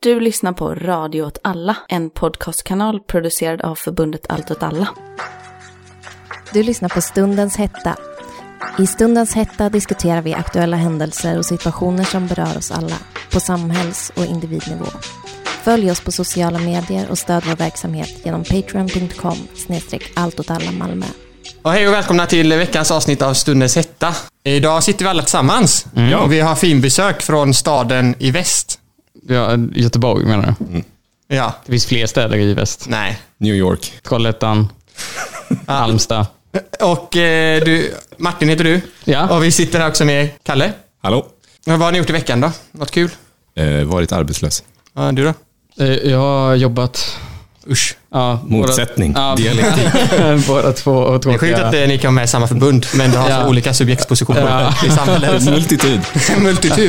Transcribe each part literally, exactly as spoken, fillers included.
Du lyssnar på Radio åt alla, en podcastkanal producerad av förbundet Allt åt alla. Du lyssnar på Stundens hetta. I Stundens hetta diskuterar vi aktuella händelser och situationer som berör oss alla på samhälls- och individnivå. Följ oss på sociala medier och stöd vår verksamhet genom patreon punkt com snedstreck allt åt alla Malmö. Och hej och välkomna till veckans avsnitt av Stundens hetta. Idag sitter vi alla tillsammans. Mm. Och vi har fin besök från staden i väst. Ja, Göteborg menar du? Mm. Ja. Det finns fler städer i väst. Nej. New York. Trollhättan. Halmstad. Och eh, du, Martin heter du. Ja. Och vi sitter här också med Kalle. Hallå. Vad har ni gjort i veckan då? Något kul? Eh, varit arbetslös. Ja, du då? Eh, Jag har jobbat... Usch. Ja, Motsättning. Båda, Dialektik. båda två och Det är sjukt att eh, ni kan vara med i samma förbund, men du har Ja. så olika subjektspositioner Ja. i samhället. Multitud. Multitud.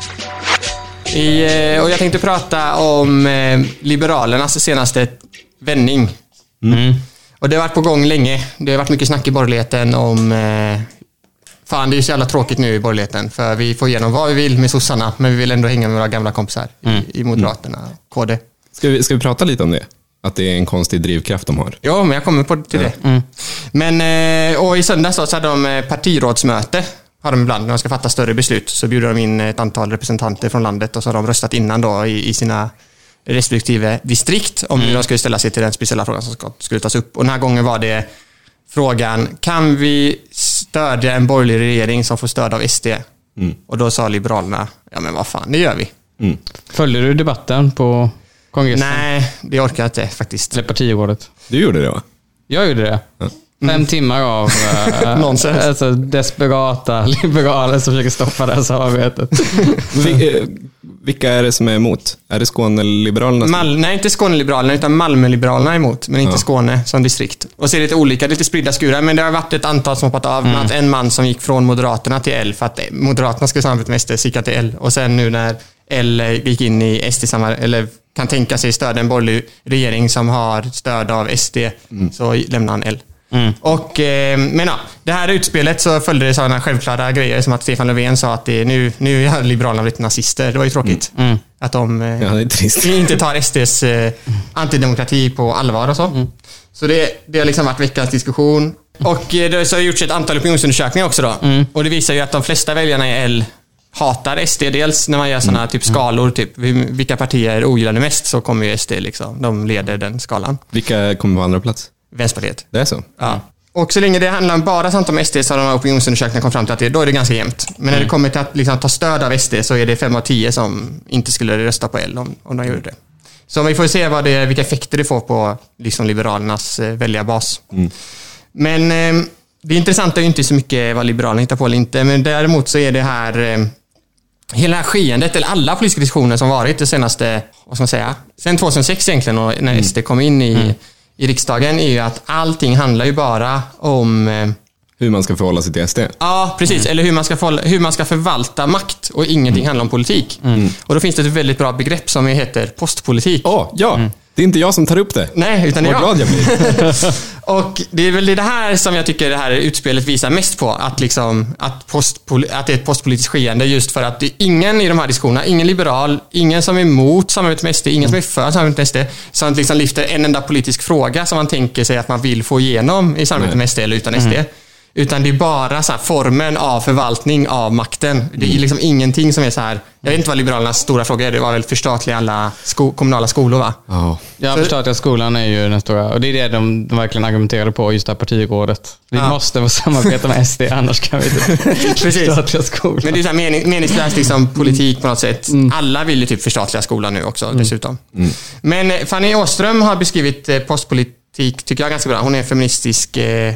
I, eh, och jag tänkte prata om eh, Liberalernas senaste vändning. Mm. Och det har varit på gång länge. Det har varit mycket snack i borgerligheten om... Eh, fan, det är ju så jävla tråkigt nu i borgerligheten. För vi får igenom vad vi vill med sossarna, men vi vill ändå hänga med våra gamla kompisar Mm. i, i Moderaterna och K D. Ska vi, ska vi prata lite om det? Att det är en konstig drivkraft de har. Ja, men jag kommer på till det. Mm. Men, eh, och i söndags så hade de partirådsmöte. Har de ibland när de ska fatta större beslut. Så bjuder de in ett antal representanter från landet och så har de röstat innan då i, i sina respektive distrikt om hur de skulle ställa sig till den speciella frågan som ska, skulle tas upp. Och den här gången var det frågan, kan vi stödja en borgerlig regering som får stöd av S D? Mm. Och då sa Liberalerna, ja men vad fan, det gör vi. Mm. Följde du debatten på kongressen? Nej, det orkar jag inte faktiskt. Eller partirådet? Du gjorde det, va? Jag gjorde det. Ja. Fem timmar av äh, Nonsens. alltså, desperata liberaler som försöker stoppa det här samarbetet. Vi, eh, vilka är det som är emot? Är det Skåne-liberalerna? Mal- nej, inte Skåne-liberalerna utan Malmö-liberalerna är emot, men inte Ja. Skåne som distrikt. Och så är det lite olika, lite spridda skurar, men det har varit ett antal som hoppat av. Mm. En man som gick från Moderaterna till L för att Moderaterna skulle samarbeta med S D, så gick han till L. Och sen nu när L gick in i S D samar- eller kan tänka sig stöd en borgerlig regering som har stöd av S D, mm. så lämnar han L. Mm. Och, eh, men ja, det här utspelet så följde det sådana självklara grejer som att Stefan Löfven sa att det, nu, nu har Liberalerna blivit nazister. Det var ju tråkigt. Mm. Mm. Att de eh, Ja, det är trist. inte tar S Ds eh, antidemokrati på allvar och så. Mm. Så det, det har liksom varit veckans diskussion. Och eh, det har gjorts ett antal opinionsundersökningar också då. Mm. Och det visar ju att de flesta väljarna i L hatar S D. Dels när man gör sådana mm. typ skalor, typ vilka partier ogillade mest, så kommer ju S D liksom. De leder den skalan. Vilka kommer på andra plats? Vänsterpartiet. Det är så? Ja. Mm. Och så länge det handlar bara samt om S D så har de här opinionsundersökningarna kom fram till att det, då är det ganska jämnt. Men när det kommer till att liksom ta stöd av S D så är det fem av tio som inte skulle rösta på L om, om de gjorde det. Så vi får se vad det, vilka effekter det får på liksom Liberalernas eh, väljarbas. Mm. Men eh, det intressanta är ju inte så mycket vad Liberalerna hittar på eller inte. Men däremot så är det här... Eh, hela det här skeendet, eller alla politiska diskussioner som varit det senaste, vad ska man säga, sen tjugohundrasex egentligen, och när S D kom in i... Mm. i riksdagen är ju att allting handlar ju bara om... Eh, hur man ska förhålla sig till S D. Ja, precis. Mm. Eller hur man, ska förhålla, hur man ska förvalta makt och ingenting mm. handlar om politik. Mm. Och då finns det ett väldigt bra begrepp som heter postpolitik. Åh, oh, ja. Mm. Det är inte jag som tar upp det. Nej, utan det är jag. Vad glad jag blir. Och det är väl det här som jag tycker det här utspelet visar mest på. Att, liksom, att, postpoli- att det är ett postpolitiskt skeende, just för att det är ingen i de här diskussionerna, ingen liberal, ingen som är emot samarbete med S D, ingen som är för samarbete med S D, som liksom lyfter en enda politisk fråga som man tänker sig att man vill få igenom i samarbete med S D eller utan mm. S D. Utan det är bara så här, formen av förvaltning av makten. Det är liksom ingenting som är så här... Jag vet inte vad Liberalernas stora fråga är. Det var väl förstatliga alla sko- kommunala skolor, va? Oh. Ja, förstatliga skolan är ju den stora. Och det är det de, de verkligen argumenterade på, just det här partirådet. Vi ja. måste få samarbeta med S D, annars kan vi inte förstatliga skolan. Men det är så här mening, meningslöst liksom, politik på något sätt. Mm. Alla vill ju typ förstatliga skolan nu också, mm. dessutom. Mm. Men Fanny Åström har beskrivit postpolitik, tycker jag, ganska bra. Hon är feministisk... Eh,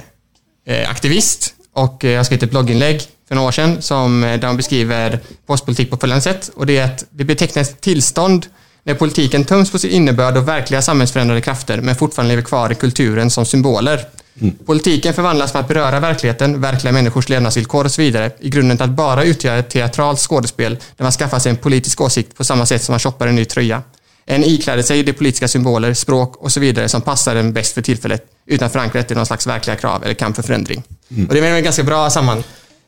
aktivist, och jag skrev ett blogginlägg för några år sedan som, där de beskriver postpolitik på följande sätt, och det är att det betecknas ett tillstånd när politiken töms på sin innebörd och verkliga samhällsförändrande krafter men fortfarande lever kvar i kulturen som symboler. Mm. Politiken förvandlas för att beröra verkligheten, verkliga människors levnadsvillkor och så vidare, i grunden till att bara utgöra ett teatralt skådespel där man skaffar sig en politisk åsikt på samma sätt som man shoppar en ny tröja. En ikläder sig de politiska symboler, språk och så vidare som passar den bäst för tillfället, utan förankrat i någon slags verkliga krav eller kamp för förändring. Mm. Och det är en ganska bra samman,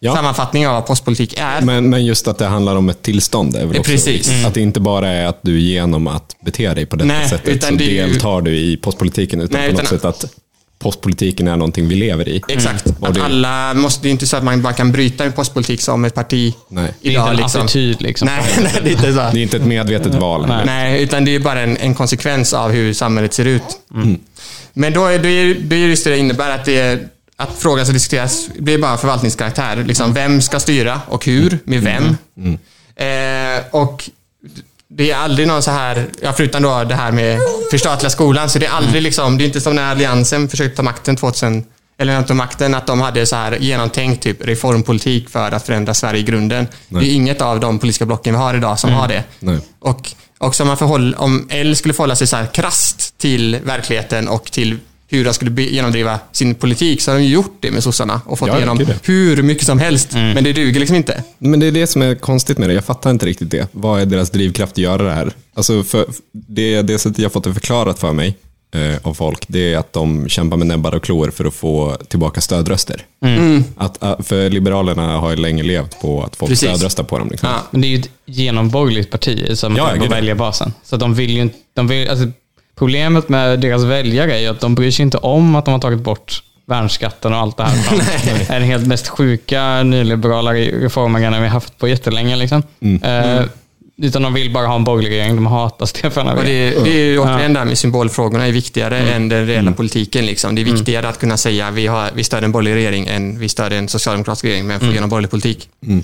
Ja. sammanfattning av vad postpolitik är. Men, men just att det handlar om ett tillstånd är väl också Precis. mm. att det inte bara är att du genom att bete dig på detta Nej, sättet så det är ju... deltar du i postpolitiken, utan Nej, på något utan... sätt att postpolitiken är någonting vi lever i. Exakt. Mm. Att det... alla måste, det är inte så att man bara kan bryta en postpolitik som ett parti. Nej. Det är idag, inte en liksom. attityd liksom. Nej, nej, det är inte så. Det är inte ett medvetet val. Nej. Nej, utan det är bara en, en konsekvens av hur samhället ser ut. Mm. Men då är det, det är just det det innebär att det är, att frågan som diskuteras blir bara förvaltningskaraktär. Liksom, vem ska styra och hur? Med vem? Mm. Eh, och det är aldrig någon så här, ja, förutom då det här med förstatliga skolan, så det är aldrig liksom, det är inte som när Alliansen försökte ta makten tvåtusen, eller inte makten, att de hade så här genomtänkt typ reformpolitik för att förändra Sverige i grunden. Nej. Det är inget av de politiska blocken vi har idag som Mm. har det. Nej. Och också om, man förhåll, om L skulle förhålla sig så här krasst till verkligheten och till hur de skulle genomdriva sin politik, så har de ju gjort det med sossarna och fått Ja, igenom det. hur mycket som helst. Mm. Men det duger liksom inte. Men det är det som är konstigt med det. Jag fattar inte riktigt det. Vad är deras drivkraft att göra det här? Alltså för det, det sättet jag fått det förklarat för mig eh, av folk, det är att de kämpar med näbbar och klor för att få tillbaka stödröster. Mm. Att, för Liberalerna har ju länge levt på att folk Precis. stödröstar på dem. Liksom. Ja. Men det är ju ett genomborgerligt parti som Ja, ja, gud. väljer basen. Så de vill ju inte... De vill, alltså, problemet med deras väljare är ju att de bryr sig inte om att de har tagit bort värnskatten och allt det här. Det är den helt mest sjuka nyliberala reformagendan vi har haft på jättelänge. Liksom. Mm. Eh, utan de vill bara ha en borgerlig regering. De hatar Stefan Och Löfven. det, det är ju återigen där med symbolfrågorna är viktigare Mm. än den reella Mm. politiken. Liksom. Det är viktigare att kunna säga vi, har, vi stöder en borgerlig regering än vi stöder en socialdemokratisk regering men får Mm. igenom borgerlig politik. Mm.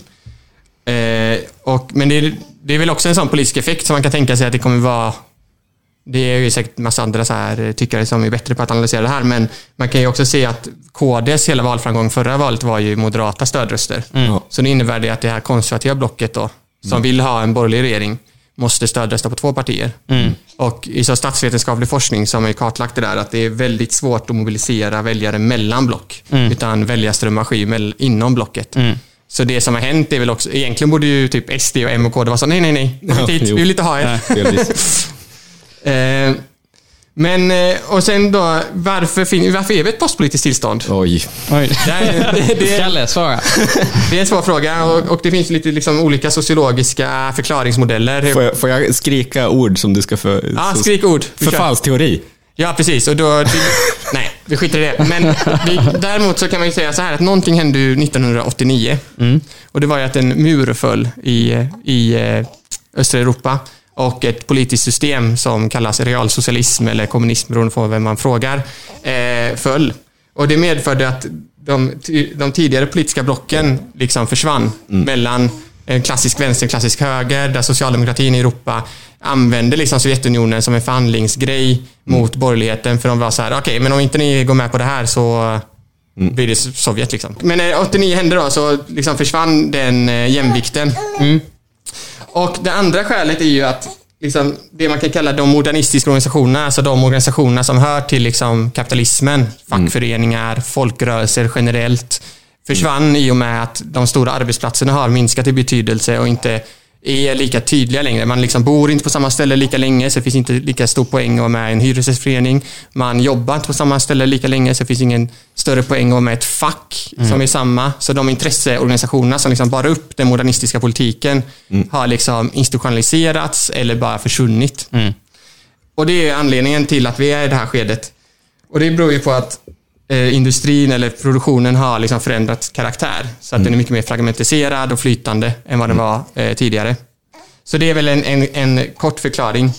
Eh, och, men det är, det är väl också en sån politisk effekt som man kan tänka sig att det kommer vara. Det är ju säkert en massa andra så här tyckare som är bättre på att analysera det här, men man kan ju också se att K D:s hela valframgång förra valet var ju moderata stödröster. Mm. Så det innebär det att det här konservativa blocket då, som Mm. vill ha en borgerlig regering, måste stödrösta på två partier. Mm. Och i så statsvetenskaplig forskning som är kartlagt det där, att det är väldigt svårt att mobilisera väljare mellan block, Mm. utan väljarströmmar sker inom blocket. Mm. Så det som har hänt är väl också, egentligen borde ju typ S D och M och K D vara så, nej, nej, nej, kom Ja, hit, vi jo. vill inte ha er. Delvis. Eh, men, eh, och sen då, varför, fin- varför är vi ett postpolitiskt tillstånd? Oj. Oj. Det är, det, det, är, Kalle, svara. det är en svår fråga och, och det finns lite liksom olika sociologiska förklaringsmodeller. Får jag, får jag skrika ord som du ska för... Ja, så- skrik ord. Vi kör. Förfallsteori. Ja, precis. Och då, det, nej, vi skiter i det. Men vi, däremot så kan man ju säga så här att någonting hände ju nittonhundraåttionio. Mm. Och det var ju att en mur föll i, i eh, östra Europa. Och ett politiskt system som kallas realsocialism eller kommunism, beroende på vem man frågar, eh, föll. Och det medförde att de, de tidigare politiska blocken liksom försvann Mm. mellan en klassisk vänster och klassisk höger, där socialdemokratin i Europa använde liksom Sovjetunionen som en förhandlingsgrej Mm. mot borgerligheten, för de var så här: okej, okay, men om inte ni går med på det här så Mm. blir det Sovjet liksom. Men när åttionio hände då, så liksom försvann den eh, jämvikten. Mm. Och det andra skälet är ju att liksom, det man kan kalla de modernistiska organisationerna, alltså de organisationerna som hör till liksom, kapitalismen, fackföreningar, folkrörelser generellt, försvann i och med att de stora arbetsplatserna har minskat i betydelse och inte är lika tydliga längre. Man liksom bor inte på samma ställe lika länge, så det finns inte lika stor poäng att vara med i en hyresgästförening. Man jobbar inte på samma ställe lika länge, så det finns ingen större poäng att vara med i ett fack mm. som är samma. Så de intresseorganisationerna som liksom bar upp den modernistiska politiken mm. har liksom institutionaliserats eller bara försvunnit. Mm. Och det är anledningen till att vi är i det här skedet. Och det beror ju på att eh, industrin eller produktionen har liksom förändrat karaktär. Så att mm. den är mycket mer fragmentiserad och flytande än vad den var eh, tidigare. Så det är väl en, en, en kort förklaring.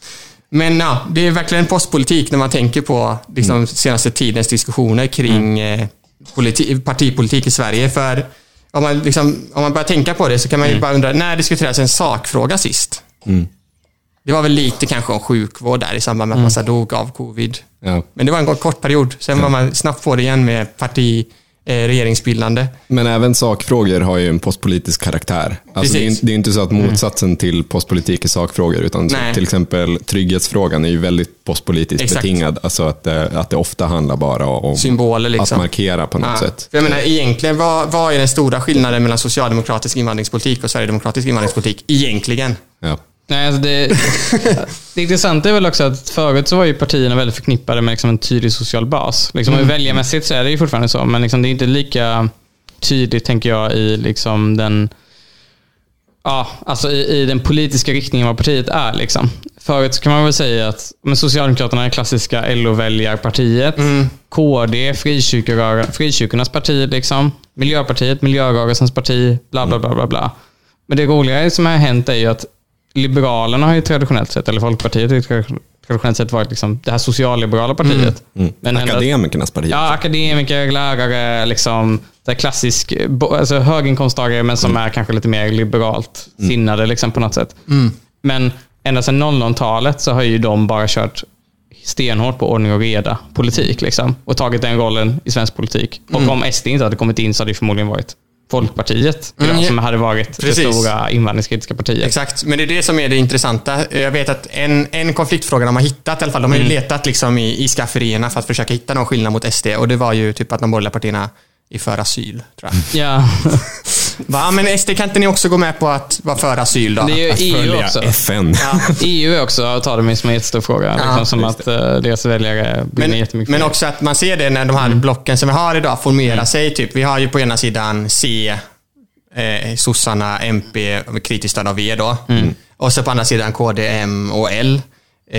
Men ja, det är verkligen en postpolitik när man tänker på liksom, mm. senaste tidens diskussioner kring mm. eh, politi- partipolitik i Sverige. För om man, liksom, om man börjar tänka på det så kan man ju mm. bara undra, när diskuterades en sakfråga sist? Mm. Det var väl lite kanske om sjukvård där i samband med att man mm. dog av covid. Ja. Men det var en kort period. Sen ja. var man snabbt på det igen med parti eh, regeringsbildande. Men även sakfrågor har ju en postpolitisk karaktär. Alltså det, är, det är inte så att motsatsen mm. till postpolitik är sakfrågor, utan till exempel trygghetsfrågan är ju väldigt postpolitiskt Exakt. betingad. Alltså att, att det ofta handlar bara om symboler liksom. Att markera på något ja. sätt. För jag menar, egentligen, vad, vad är den stora skillnaden mellan socialdemokratisk invandringspolitik och sverigedemokratisk invandringspolitik? Egentligen. Ja. Nej, alltså det, det intressanta är väl också att förut så var ju partierna väldigt förknippade med liksom en tydlig social bas. Liksom, mm. Väljarmässigt så är det ju fortfarande så, men liksom det är inte lika tydligt, tänker jag, i liksom den ja, alltså i, i den politiska riktningen vad partiet är liksom. Förut så kan man väl säga att men Socialdemokraterna är klassiska L O-väljarpartiet. Mm. K D, frikyrkornas parti liksom. Miljöpartiet, miljörörelsens parti, bla bla bla bla bla. Men det roliga som har hänt är ju att Liberalerna har ju traditionellt sett, eller Folkpartiet har ju traditionellt sett varit liksom det här socialliberala partiet. Mm. Mm. Men akademikernas parti. Ja, akademiker, lärare, liksom det klassisk, alltså höginkomsttagare men som mm. är kanske lite mer liberalt mm. sinnade liksom på något sätt. Mm. Men ända sedan noll noll-talet så har ju de bara kört stenhårt på ordning och reda politik liksom, och tagit den rollen i svensk politik. Och mm. om S D inte hade kommit in så hade det förmodligen varit Folkpartiet mm, som hade varit precis. Det stora invandringskritiska partiet. Exakt, men det är det som är det intressanta. Jag vet att en, en konfliktfråga de har hittat i alla fall, de har ju mm. letat liksom i, i skafferierna för att försöka hitta någon skillnad mot S D, och det var ju typ att de borgerliga partierna är för asyl, tror jag. Ja. Va, men S D, kan inte ni också gå med på att vara för asyl då? Det är ju att E U också. F N. Ja. E U är också, tar det som en jättestor fråga. Ja, liksom, som att uh, deras väljare blir men, jättemycket. Men också att man ser det när de här mm. blocken som vi har idag formerar mm. sig. Typ. Vi har ju på ena sidan C, eh, sossarna, M P, kritiskt stöd av V då. Mm. Och så på andra sidan K D, M och L. Eh,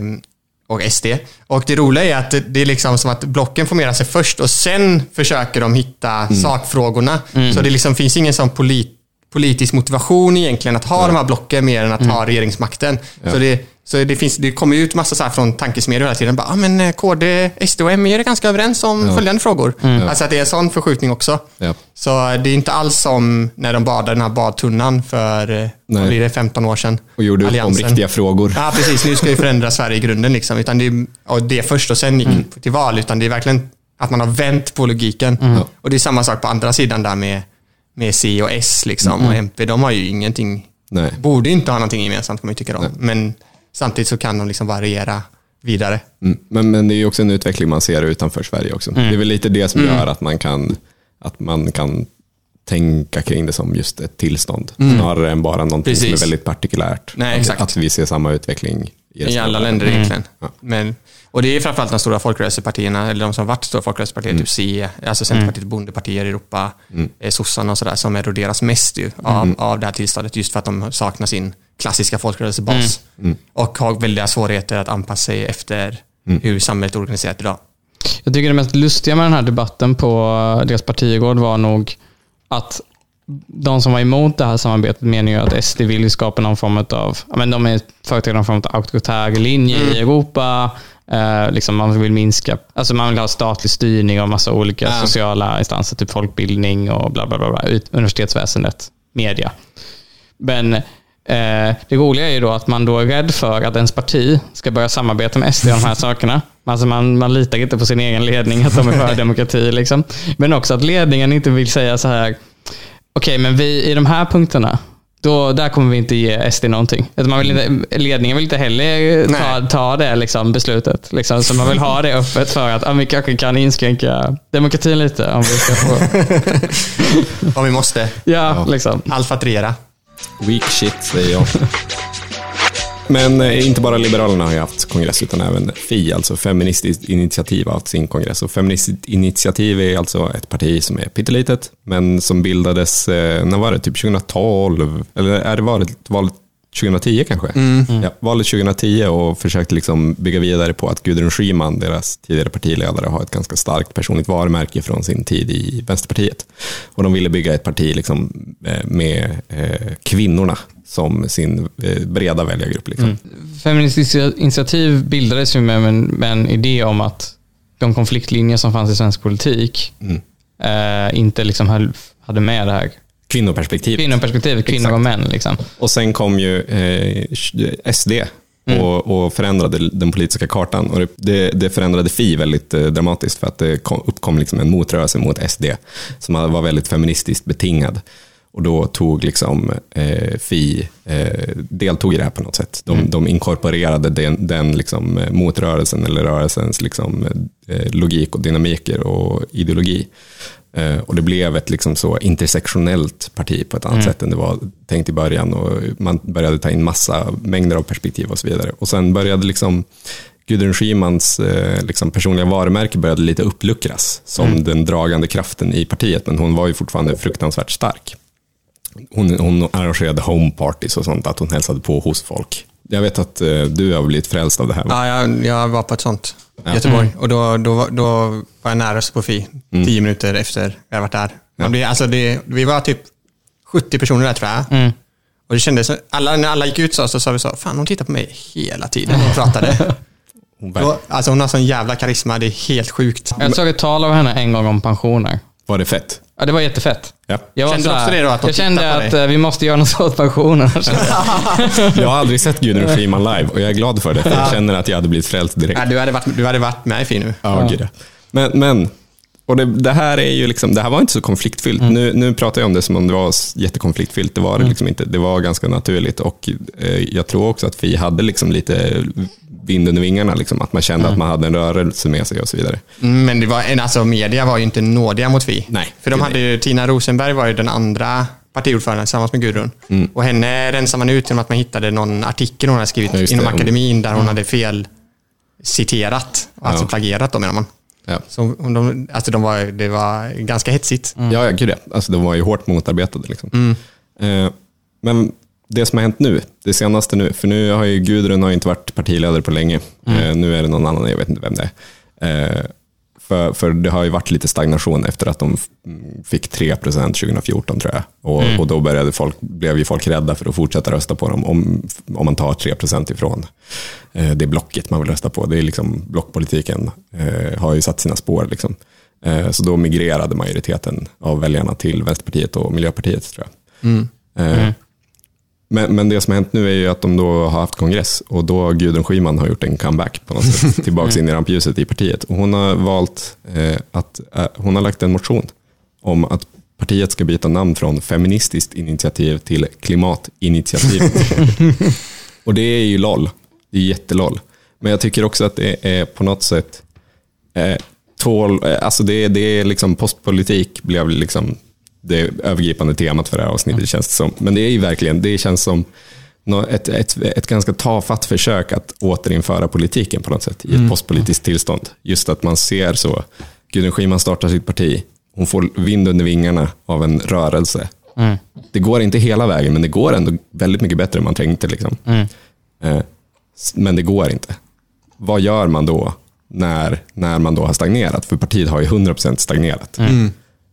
och S D. Och det roliga är att det är liksom som att blocken formerar sig först och sen försöker de hitta mm. sakfrågorna. Mm. Så det liksom finns ingen sån polit, politisk motivation egentligen att ha ja. de här blocken mer än att mm. ha regeringsmakten. Ja. Så det så det finns det kommer ut massa så här från tankesmedjor hela tiden. Bara, ah, men K D, S D och M är ganska överens om ja. följande frågor. Mm. Alltså att det är en sån förskjutning också. Ja. Så det är inte alls som när de badade den här badtunnan för vad blir det, femton år sedan. Och gjorde upp om riktiga frågor. Ja, precis. Nu ska vi förändra Sverige i grunden liksom. Utan det är och det först och sen gick mm. till val. Utan det är verkligen att man har vänt på logiken. Mm. Och det är samma sak på andra sidan där med, med C och S liksom. Mm. Och M P, de har ju ingenting. Nej. Borde inte ha någonting gemensamt kan man ju tycka om. Nej. Men samtidigt så kan de liksom variera vidare. Mm. Men, men det är ju också en utveckling man ser utanför Sverige också. Mm. Det är väl lite det som mm. gör att man kan att man kan tänka kring det som just ett tillstånd. Mm. Snarare än bara någonting Precis. som är väldigt partikulärt. Nej, exakt. Att vi ser samma utveckling i, I alla länder mm. egentligen. Ja. Men, och det är framförallt de stora folkrörelsepartierna, eller de som har varit stora folkrörelsepartier, mm. typ C, alltså Centerpartiet, mm. bondepartier i Europa, mm. sossarna och sådär, som eroderas mest ju av, mm. av det här tillståndet, just för att de saknar sin klassiska folkrörelsebas mm. Mm. och har väldiga svårigheter att anpassa sig efter mm. hur samhället är organiserat idag. Jag tycker det mest lustiga med den här debatten på deras partigård var nog att de som var emot det här samarbetet menar ju att S D vill skapa någon form av, ja, men de är företrädare någon form av auktoritär linje mm. i Europa. Eh, liksom man vill minska, alltså man vill ha statlig styrning av massa olika ja. sociala instanser, typ folkbildning och bla bla bla, bla universitetsväsendet, media. Men Eh, det roliga är ju då att man då är rädd för att ens parti ska börja samarbeta med S D om de här sakerna. Alltså man, man litar inte på sin egen ledning att de är för demokrati liksom. Men också att ledningen inte vill säga så här: okej, okay, men vi i de här punkterna då, där kommer vi inte ge S D någonting. Att man vill inte, ledningen vill inte heller ta, ta det liksom, beslutet liksom. Så man vill ha det öppet för att ja, vi kanske kan inskränka demokratin lite om vi ska få om vi måste. Ja, ja. liksom alfatriera. Weak shit, säger jag. Men eh, inte bara Liberalerna har ju haft kongress utan även F I, alltså Feministiskt initiativ, har haft sin kongress. Och Feministiskt initiativ är alltså ett parti som är pyttelitet, men som bildades, eh, när var det? Typ tjugohundratolv? Eller är det valet, valet tjugohundratio kanske? Mm. Ja, valet tjugohundratio, och försökte liksom bygga vidare på att Gudrun Schyman, deras tidigare partiledare, har ett ganska starkt personligt varumärke från sin tid i Vänsterpartiet. Och de ville bygga ett parti liksom, med eh, kvinnorna som sin eh, breda väljargrupp. Liksom. Mm. Feministiskt initiativ bildades ju med en, med en idé om att de konfliktlinjer som fanns i svensk politik mm. eh, inte liksom höll, hade med det här kvinnoperspektivet. Kvinnoperspektivet, kvinnor Exakt. och män. Liksom. Och sen kom ju eh, S D mm. och, och förändrade den politiska kartan. Och det, det förändrade F I väldigt eh, dramatiskt, för att det kom, uppkom liksom en motrörelse mot S D som var väldigt feministiskt betingad. Och då tog liksom eh, F I eh, deltog i det här på något sätt. De, mm. de inkorporerade den, den liksom, motrörelsen eller rörelsens liksom, eh, logik och dynamiker och ideologi. Eh, och det blev ett liksom, så intersektionellt parti på ett annat mm. sätt än det var tänkt i början. Och man började ta in massa mängder av perspektiv och så vidare. Och sen började liksom Gudrun Schymans eh, liksom personliga varumärke började lite uppluckras som mm. den dragande kraften i partiet, men hon var ju fortfarande fruktansvärt stark. Hon, hon arrangerade home parties och sånt, att hon hälsade på hos folk. Jag vet att eh, du har blivit frälst av det här. Ja, jag, jag var på ett sånt i ja. Göteborg. Mm. Och då, då, då var jag nära på Fi. Mm. Tio minuter efter jag varit där. Ja. Det, alltså det, vi var typ sjuttio personer där, tror jag. Mm. Och det kändes, alla, när alla gick ut så, så sa vi så, fan, hon tittar på mig hela tiden och pratade. Då, alltså hon har sån jävla karisma, det är helt sjukt. Jag såg ett tal av henne en gång om pensioner. Var det fett? Ja, det var jättefett. Ja. Jag kände var också det då, att jag kände att dig. Vi måste göra något åt pensionen. Jag har aldrig sett Gudrun Schyman live och jag är glad för det. För jag känner att jag hade blivit frälst direkt. Ja, du, hade varit, du hade varit med i Fi nu. Ja, ja. Men, men och det, det här är ju liksom, det här var inte så konfliktfyllt. Mm. Nu, nu pratar jag om det som om det var jättekonfliktfyllt. Det var det mm. liksom inte. Det var ganska naturligt och eh, jag tror också att Fi hade liksom lite vind under vingarna, liksom, att man kände mm. att man hade en rörelse med sig och så vidare. Men det var, alltså, media var ju inte nådiga mot Fi. Nej. För de hade ju, Tina Rosenberg var ju den andra partiordföranden tillsammans med Gudrun. Mm. Och henne rensade man ut genom att man hittade någon artikel hon hade skrivit ja, inom akademin där hon mm. hade fel citerat, alltså ja. plagierat då, menar man. Ja. Så de, alltså de var, det var ganska hetsigt. Mm. Ja, ja, gud ja. Alltså de var ju hårt motarbetade. Liksom. Mm. Eh, men det som har hänt nu, det senaste nu, för nu har ju Gudrun har ju inte varit partiledare på länge. Mm. Eh, nu är det någon annan, jag vet inte vem det är. Eh, för, för det har ju varit lite stagnation efter att de fick tre procent tjugo fjorton, tror jag. Och, mm. och då började folk, blev ju folk rädda för att fortsätta rösta på dem om, om man tar tre procent ifrån eh, det blocket man vill rösta på. Det är liksom, blockpolitiken eh, har ju satt sina spår. Liksom. Eh, så då migrerade majoriteten av väljarna till Vänsterpartiet och Miljöpartiet, tror jag. Mm. Eh, mm. Men, men det som har hänt nu är ju att de då har haft kongress och då Gudrun Schyman har gjort en comeback på något sätt tillbaka in i rampljuset i partiet. Och hon har valt eh, att eh, hon har lagt en motion om att partiet ska byta namn från feministiskt initiativ till klimatinitiativ. Och det är ju LOL. Det är jätteloll. Men jag tycker också att det är på något sätt eh, tål, eh, alltså det, det är liksom postpolitik blev liksom det övergripande temat för det här avsnittet, mm. känns det som. Men det är ju verkligen, det känns som ett, ett, ett ganska tafatt försök att återinföra politiken på något sätt i ett mm. postpolitiskt tillstånd. Just att man ser så, Gudrun Schyman startar sitt parti, hon får vind under vingarna av en rörelse. Mm. Det går inte hela vägen, men det går ändå väldigt mycket bättre än man tänkte. Liksom. Mm. Eh, men det går inte. Vad gör man då när, när man då har stagnerat? För partiet har ju hundra procent stagnerat. Mm.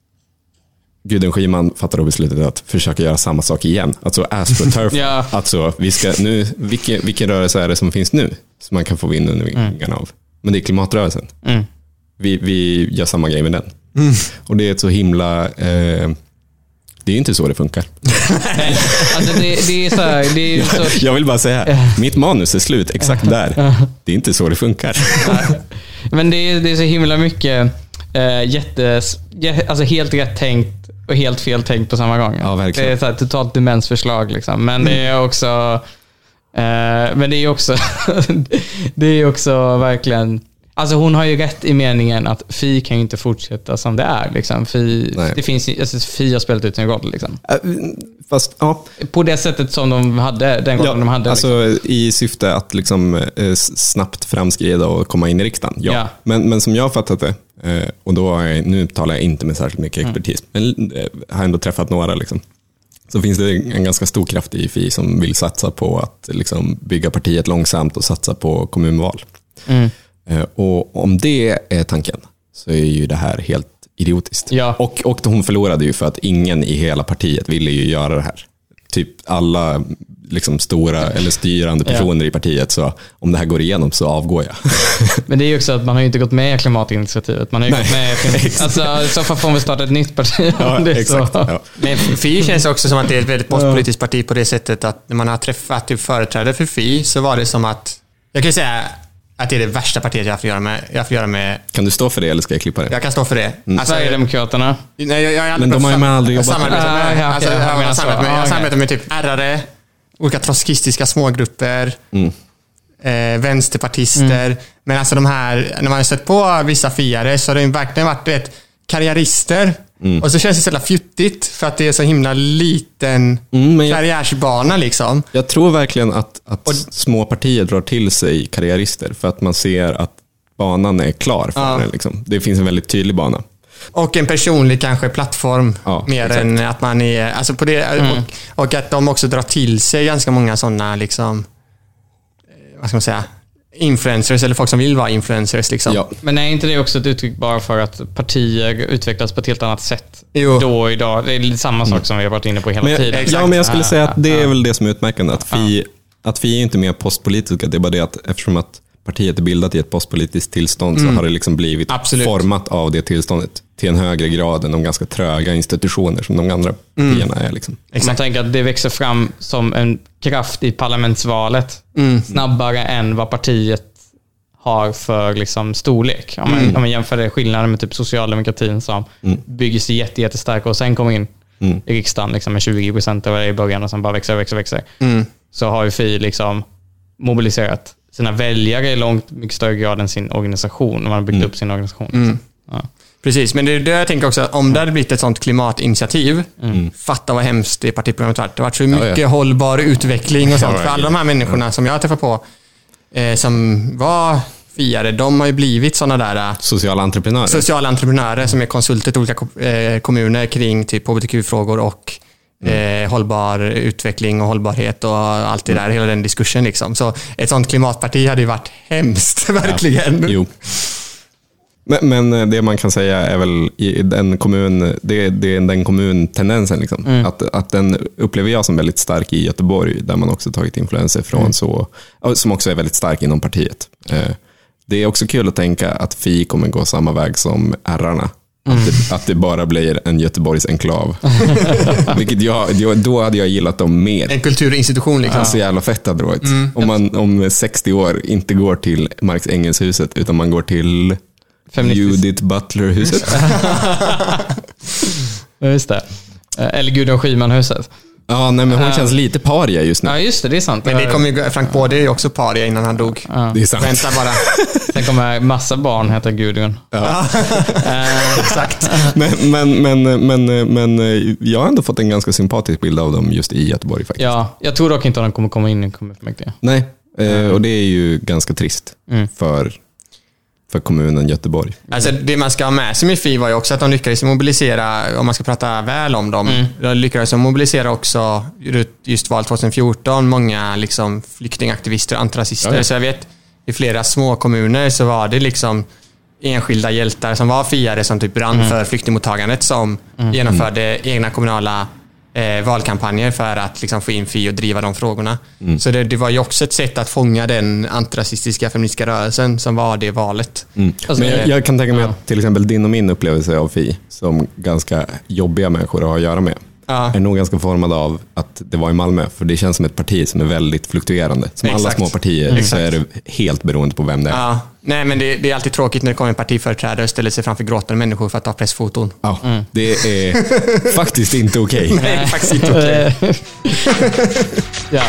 Gudrun Schyman fattar då beslutet att försöka göra samma sak igen. Alltså AstroTurf. Ja. Alltså, vi ska nu, vilken, vilken rörelse är det som finns nu som man kan få vind under vingarna mm. av? Men det är klimatrörelsen. Mm. Vi, vi gör samma grej med den. Mm. Och det är ett så himla... Eh, det är inte så det funkar. Nej, alltså det, det är så här, det är så... Jag vill bara säga, mitt manus är slut exakt där. Det är inte så det funkar. Men det är, det är så himla mycket eh, jättes, alltså helt rätt tänkt och helt fel tänkt på samma gång. Ja, verkligen. Det är så här totalt demensförslag liksom. Men det är också eh, men det är också det är också verkligen, alltså hon har ju rätt i meningen att Fi kan ju inte fortsätta som det är liksom. Fi, det finns, alltså, Fi har spelat ut sin roll liksom. Fast, ja. På det sättet som de hade den gången ja, de hade alltså liksom. I syfte att liksom snabbt framskrida och komma in i riksdagen. Ja. Ja. Men, men som jag har fattat det, och då är jag, nu talar jag inte med särskilt mycket expertis, mm. men jag har ändå träffat några liksom. Så finns det en ganska stor kraft i Fi som vill satsa på att liksom bygga partiet långsamt och satsa på kommunval. Mm. Och om det är tanken så är ju det här helt idiotiskt. Ja. Och, och hon förlorade ju för att ingen i hela partiet ville ju göra det här. Typ alla liksom stora eller styrande personer ja. i partiet, så om det här går igenom så avgår jag. Men det är ju också att man har ju inte gått med i klimatinitiativet. Man har ju Nej. gått med i, alltså, så får vi starta ett nytt parti. Ja, det exakt. Ja. Men Fi känns också som att det är ett väldigt postpolitiskt parti på det sättet att när man har träffat typ företrädare för Fi så var det som att, jag kan ju säga att det är det värsta partiet jag har fått göra med. Jag får göra med. Kan du stå för det eller ska jag klippa det? Jag kan stå för det. Mm. Alltså, Sverigedemokraterna. Nej, jag, jag är Men de har ju med aldrig jobbat med. Jag har alltså, samarbetat med, jag samarbetar med typ ärare, olika trotskistiska smågrupper, mm. eh, vänsterpartister. Mm. Men alltså de här, när man har sett på vissa fiare så har det verkligen varit vet, karriärister Mm. Och så känns det så jävla fjuttigt för att det är så himla liten mm, jag, karriärsbana liksom. Jag tror verkligen att, att och, små partier drar till sig karriärister för att man ser att banan är klar för ja. det. Liksom. Det finns en väldigt tydlig bana. Och en personlig kanske plattform ja, mer exakt. än att man är alltså på det mm. och, och att de också drar till sig ganska många sådana liksom vad ska man säga influencers eller folk som vill vara influencers liksom. Ja. Men är inte det också ett uttryck bara för att partier utvecklas på ett helt annat sätt jo. då och idag? Det är samma sak mm. som vi har varit inne på hela men, tiden. Ja, men jag skulle säga att det är väl det som är utmärkande att vi, att vi är inte mer postpolitiska. Det är bara det att eftersom att partiet är bildat i ett postpolitiskt tillstånd mm. så har det liksom blivit Absolut. format av det tillståndet till en högre grad än de ganska tröga institutioner som de andra mm. partierna är. Liksom. Man tänker att det växer fram som en kraft i parlamentsvalet mm. snabbare än vad partiet har för liksom storlek. Om man, mm. om man jämför det skillnaden med typ socialdemokratin som mm. bygger sig jätte, jättestark och sen kommer in mm. i riksdagen liksom med tjugo procent av det i början och sen bara växer och växer och växer. Mm. Så har ju Fi liksom mobiliserat sina väljare i långt mycket större grad än sin organisation. Och man har byggt mm. upp sin organisation. Liksom. Mm. Ja. Precis, men det är det jag tänker också. Om det hade blivit ett sånt klimatinitiativ, mm. fatta vad hemskt det partiprogrammet varit. Det har varit så mycket ja, ja. hållbar utveckling och sånt. För alla de här människorna som jag har träffat på eh, som var fiare, de har ju blivit såna där sociala entreprenörer. Sociala entreprenörer som är konsulter till olika eh, kommuner kring typ H B T Q-frågor och Mm. Eh, hållbar utveckling och hållbarhet och allt det där, mm. hela den diskursen liksom. Så ett sånt klimatparti hade ju varit hemskt, verkligen. Ja. Jo. Men, men det man kan säga är väl i den kommun, det, det är den kommuntendensen liksom. Mm. Att, att den upplever jag som väldigt stark i Göteborg, där man också tagit influenser från mm. så, som också är väldigt stark inom partiet. Eh, det är också kul att tänka att Fi kommer gå samma väg som R-arna. Mm. Att, det, att det bara blir en Göteborgs enklav. Vilket jag, då hade jag gillat dem mer. En kulturinstitution liksom. Ja. Så jävla fett hade det varit. Mm. Om man om sextio år inte går till Marx Engels-huset utan man går till Feministis. Judith Butler-huset. Just det. Eller Gudrun Schyman-huset. Ja, nej, men hon känns lite paria just nu. Ja, just det, det är sant. Men det kom ju, Frank Både är ju också paria innan han dog. Ja. Det är sant. Vänta bara. Sen kommer massa barn heter Gudrun. Ja. Exakt. Men, men, men, men, men jag har ändå fått en ganska sympatisk bild av dem just i Göteborg faktiskt. Ja, jag tror dock inte att de kommer komma in i kommunfullmäktige. Nej, och det är ju ganska trist mm. för... för kommunen Göteborg. Alltså det man ska ha med sig med Fi var ju också att de lyckades mobilisera, om man ska prata väl om dem, mm. de lyckades mobilisera också just val tjugohundrafjorton många liksom flyktingaktivister och antirasister. Ja. Så jag vet, i flera små kommuner så var det liksom enskilda hjältar som var fiare som typ brann mm. för flyktingmottagandet som mm. genomförde mm. egna kommunala Eh, valkampanjer för att liksom få in Fi och driva de frågorna. Mm. Så det, det var ju också ett sätt att fånga den antirasistiska feministiska rörelsen som var det valet. Mm. Alltså, Men jag, jag kan tänka mig ja. att till exempel din och min upplevelse av Fi som ganska jobbiga människor att ha att göra med ja. är nog ganska formad av att det var i Malmö, för det känns som ett parti som är väldigt fluktuerande. Som Exakt. alla små partier mm. så är det helt beroende på vem det är. Ja. Nej, men det, det är alltid tråkigt när det kommer en partiföreträdare och ställer sig framför gråtande människor för att ta pressfoton. Ja, mm. det är faktiskt inte okej. Okay. Nej, faktiskt inte okej. Okay. ja.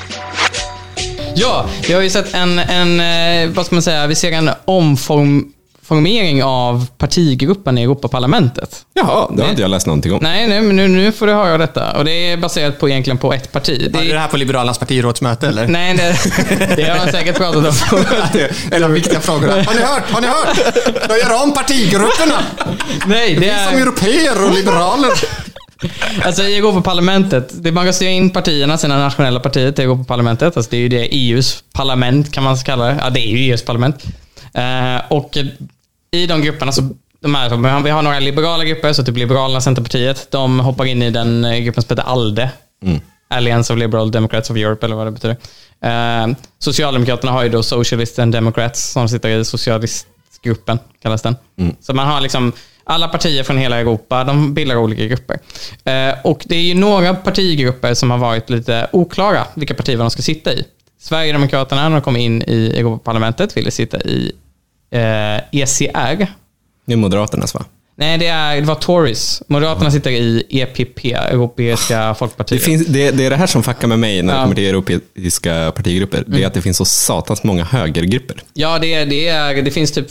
Ja, vi har ju sett en, en vad ska man säga, vi ser en omform formering av partigruppen i Europaparlamentet. Jaha, det har inte jag läst någonting om. Nej, nej men nu, nu får du höra detta. Och det är baserat på egentligen på ett parti. Det är det här på Liberalernas partirådsmöte, eller? Nej, det, det har man säkert pratat om. Eller de viktiga frågorna. Har ni hört? Har ni hört? De gör om partigrupperna. Nej, det är... Vi som europeer och liberaler. Alltså i Europaparlamentet, det man kan styra in partierna, sina nationella partier till Europaparlamentet. Alltså det är ju det E U:s parlament kan man kalla det. Ja, det är ju E U:s parlament. Uh, och i de grupperna så de här, vi har några liberala grupper, så typ Liberalerna, Centerpartiet, de hoppar in i den gruppen som heter ALDE, mm. Alliance of Liberal Democrats of Europe, eller vad det betyder. Uh, Socialdemokraterna har ju då Socialist and Democrats som sitter i socialistgruppen, kallas den. Mm. Så man har liksom alla partier från hela Europa, de bildar olika grupper. Uh, och det är ju några partigrupper som har varit lite oklara vilka partier de ska sitta i. Sverigedemokraterna, när de kom in i Europaparlamentet, ville sitta i eh, E C R. Det är Moderaternas, va? Nej, det, är, det var Tories. Moderaterna sitter i E P P, Europeiska folkpartiet. Det, finns, det, det är det här som fuckar med mig när det ja. kommer till europeiska partigrupper. Det är mm. att det finns så satans många högergrupper. Ja, det, är, det, är, det finns typ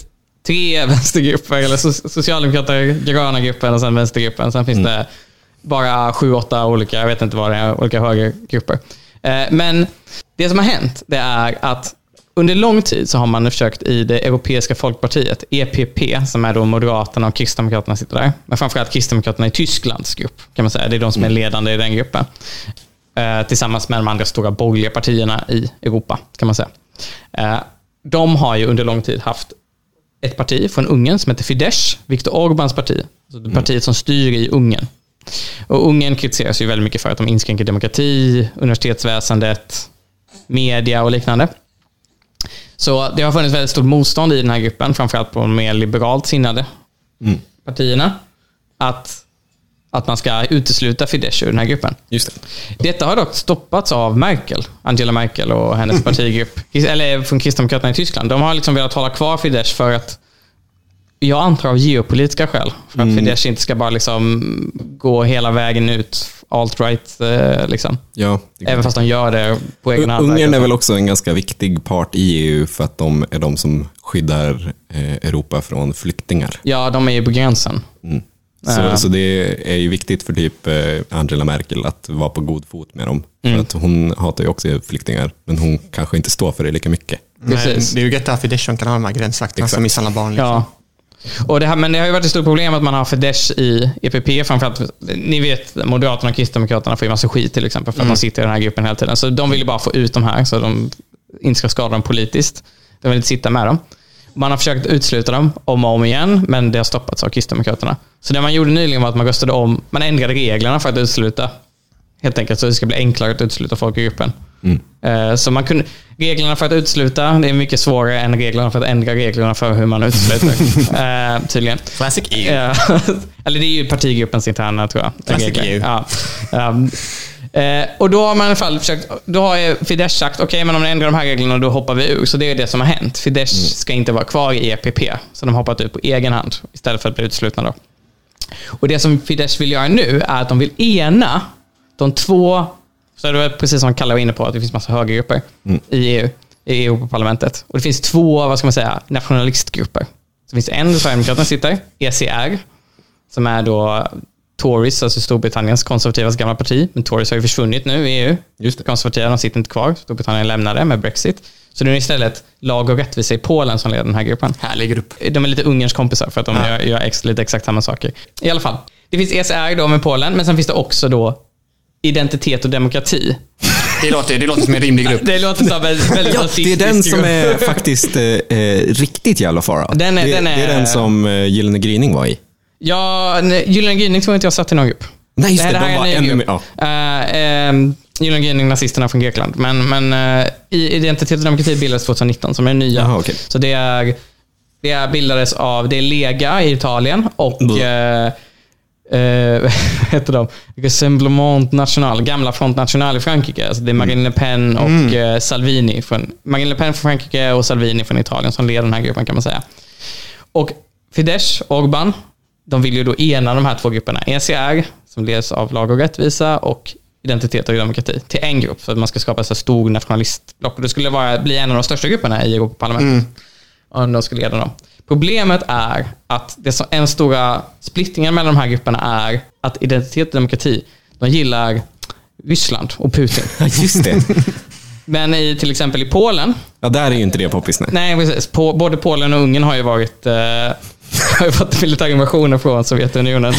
tre vänstergrupper, eller so- socialdemokrater, gröna gruppen och sen vänstergruppen. Sen finns mm. det bara sju, åtta olika, jag vet inte vad det är, olika högergrupper. Eh, men det som har hänt, det är att under lång tid så har man försökt i det Europeiska folkpartiet, E P P, som är då Moderaterna och Kristdemokraterna sitter där. Men framförallt Kristdemokraterna i Tysklands grupp, kan man säga. Det är de som är ledande i den gruppen. Eh, tillsammans med de andra stora borgerliga partierna i Europa, kan man säga. Eh, de har ju under lång tid haft ett parti från Ungern som heter Fidesz, Viktor Orbáns parti. Alltså det partiet som styr i Ungern. Och Ungern kritiseras ju väldigt mycket för att de inskränker demokrati, universitetsväsendet, media och liknande. Så det har funnits väldigt stort motstånd i den här gruppen, framförallt på de mer liberalt sinnade mm. partierna, att, att man ska utesluta Fidesz ur den här gruppen. Just det. Detta har dock stoppats av Merkel, Angela Merkel och hennes partigrupp, eller från Kristdemokraterna i Tyskland. De har liksom velat hålla kvar Fidesz för att, jag antar av geopolitiska skäl, för att mm. Fidesz inte ska bara liksom gå hela vägen ut, alt-right eh, liksom. Ja, även fast de gör det på egen hand. Ungern är väl också en ganska viktig part i E U för att de är de som skyddar eh, Europa från flyktingar. Ja, de är ju på gränsen. Mm. Så, uh. så det är ju viktigt för typ eh, Angela Merkel att vara på god fot med dem. Mm. För att hon hatar ju också flyktingar, men hon kanske inte står för det lika mycket. Precis. Men det är ju gett att Fidesz kan ha de här gränsvakterna som misshandlar barn. Liksom. Ja. Och det här, men det har ju varit ett stort problem att man har Fidesz i E P P, framförallt, ni vet, Moderaterna och Kristdemokraterna får ju massa skit till exempel för att mm. de sitter i den här gruppen hela tiden. Så de vill ju bara få ut de här så de inte ska skada dem politiskt. De vill inte sitta med dem. Man har försökt utsluta dem om och om igen, men det har stoppats av Kristdemokraterna. Så det man gjorde nyligen var att man röstade om, man ändrade reglerna för att utsluta, helt enkelt, så det ska bli enklare att utsluta folk i gruppen. Mm. Så man kunde, reglerna för att utsluta, det är mycket svårare än reglerna för att ändra reglerna för hur man utesluter. uh, tydligen. Classic E U. Uh, eller det är ju partigruppens interna, tror jag. Classic E U. Ja. Um, uh, och då har man i alla fall försökt, då har Fidesz sagt, okej, okay, men om man ändrar de här reglerna då hoppar vi ur. Så det är det som har hänt. Fidesz mm. ska inte vara kvar i E P P. Så de har hoppat ut på egen hand istället för att bli utslutna då. Och det som Fidesz vill göra nu är att de vill ena de två. Så det är precis som man kallar inne på att det finns massa högergrupper mm. i E U, i E U-parlamentet. Och det finns två, vad ska man säga, nationalistgrupper. Så finns det en, Sverigedemokraterna sitter, E C R, som är då Tories, alltså Storbritanniens konservativas gamla parti. Men Tories har ju försvunnit nu i E U. Just det. Konservativa, de sitter inte kvar. Storbritannien lämnade med Brexit. Så det är istället lag och rättvisa i Polen som leder den här gruppen. Härlig grupp. De är lite Ungerns kompisar för att de ja. gör, gör ex, lite exakt samma saker. I alla fall. Det finns E C R då med Polen, men sen finns det också då identitet och demokrati. Det låter, det låter som en rimlig grupp. Det låter som en väldigt ja, det är den som är faktiskt eh, riktigt jävla fara. Den är, det, den är, det är den som eh, Gyllene Gryning var i. Ja, Gyllene Gryning tror inte jag satt i någon grupp. Nej, just det, det, det här de är var ännu mer. Ja. Uh, uh, Gyllene Gryning, nazisterna från Grekland. Men, men uh, i identitet och demokrati bildades tjugonitton som är nya. Aha, okay. Så det är det är bildades av, det är Lega i Italien och uh, Uh, heter de Rassemblement National, gamla Front National i Frankrike. Alltså det är Marine Le Pen och mm. uh, Salvini från, Marine Le Pen från Frankrike och Salvini från Italien som leder den här gruppen, kan man säga. Och Fidesz, Orbán, de vill ju då ena de här två grupperna, E C R som leds av lag och rättvisa och identitet och demokrati, till en grupp för att man ska skapa en så stor nationalistblock. Och det skulle vara, bli en av de största grupperna i Europaparlamentet. Mm. Och de skulle leda dem. Problemet är att det som en stora splittringen mellan de här grupperna är att identitet och demokrati, de gillar Ryssland och Putin. Just det. Men i, till exempel i Polen. Ja, där är ju inte det poppis. Nej, nej precis. På, både Polen och Ungern har ju varit eh, har ju fått militära invasioner från Sovjetunionen.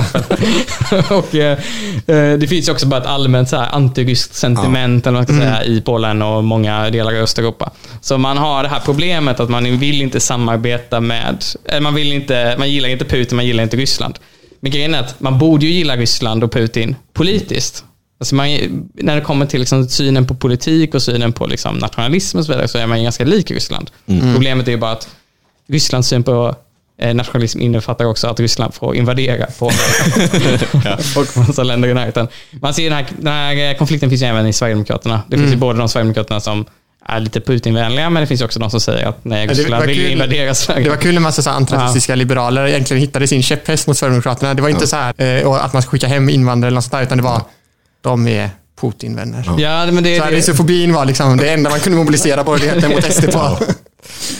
Och eh, det finns ju också bara ett allmänt så här antiryskt sentiment, ja. eller vad man ska säga, i Polen och många delar av Östeuropa. Så man har det här problemet att man vill inte samarbeta med, eller man vill inte, man gillar inte Putin, man gillar inte Ryssland. Men grejen är att man borde ju gilla Ryssland och Putin politiskt. Alltså man, när det kommer till liksom synen på politik och synen på liksom nationalism och så vidare, så är man ganska lik Ryssland. Mm. Problemet är ju bara att Rysslands syn på nationalism innefattar också att Ryssland får invadera på ja. och massa länder i närheten. Man ser den här, den här konflikten finns ju även i Sverigedemokraterna. Det finns mm. ju både de Sverigedemokraterna som är lite Putinvänliga, men det finns också de som säger att nej, Ryssland vill invadera Sverige. Det var kul när massa så antirasistiska ja. liberaler egentligen hittade sin käpphäst mot Sverigedemokraterna. Det var inte ja. så här eh, att man ska skicka hem invandrare eller något sånt där, utan det var ja. de är Putin-vänner. Ja. Ja, men det, så här, det, isofobin var liksom det enda man kunde mobilisera borgerligheten mot S D på.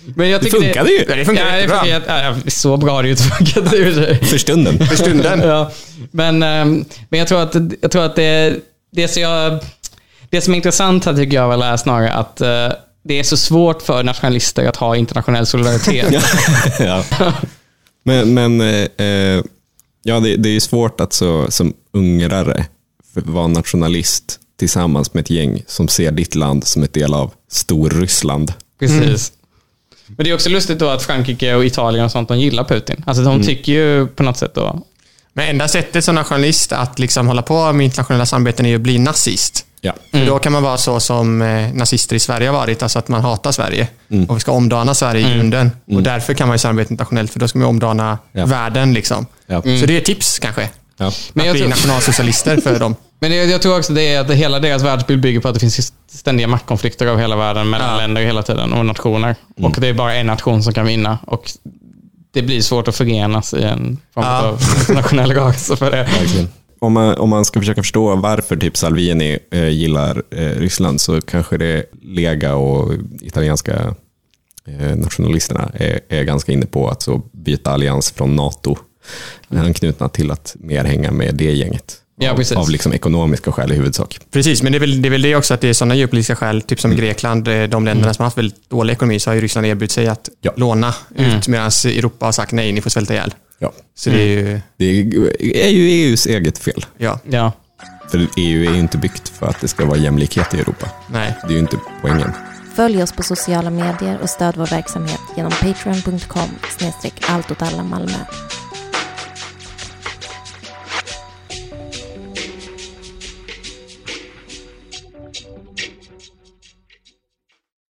Men jag det funkade det, ju. Ja, det funkade ja, jättebra. Ja, ja, så bra har det ju inte funkat. För stunden. För stunden. Ja. Men, men jag tror att, jag tror att det, det, som jag, det som är intressant här tycker jag väl är snarare att uh, det är så svårt för nationalister att ha internationell solidaritet. Ja. Men, men eh, ja, det, det är svårt att så, som ungrare vara nationalist tillsammans med ett gäng som ser ditt land som ett del av Storryssland. Precis. Mm. Men det är också lustigt då att Frankrike och Italien och sånt, de gillar Putin. Alltså de mm. tycker ju på något sätt då... Men enda sättet som nationalist att liksom hålla på med internationella samarbeten är ju att bli nazist. Ja. För då kan man vara så som eh, nazister i Sverige har varit, alltså att man hatar Sverige. Mm. Och vi ska omdana Sverige i mm. grunden. Mm. Och därför kan man ju samarbeta internationellt, för då ska man omdana ja. världen liksom. Ja. Mm. Så det är ett tips kanske. Ja. Men att bli tror... nationalsocialister för dem. Men jag, jag tror också det är att hela deras världsbild bygger på att det finns ständiga maktkonflikter av hela världen mellan ja. länder hela tiden och nationer. Mm. Och det är bara en nation som kan vinna. Och det blir svårt att förenas i en form ja. av internationell rörelse för det. Om man, om man ska försöka förstå varför typ Salvini eh, gillar eh, Ryssland, så kanske det Lega och italienska eh, nationalisterna är, är ganska inne på att så byta allians från NATO. Mm. Anknutna till att mer hänga med det gänget. Ja, av, av liksom ekonomiska skäl i huvudsak. Precis, men det är, väl, det är väl det också att det är sådana geopolitiska skäl, typ som mm. Grekland, de länderna mm. som har haft väldigt dålig ekonomi, så har ju Ryssland erbjudit sig att ja. låna mm. ut, medan Europa har sagt nej, ni får svälta ihjäl. Ja. Så det är ju... Det är ju E U:s eget fel. Ja. ja. För E U är ju inte byggt för att det ska vara jämlikhet i Europa. Nej. Det är ju inte poängen. Följ oss på sociala medier och stöd vår verksamhet genom patreon punkt com snedstreck allt åt alla Malmö.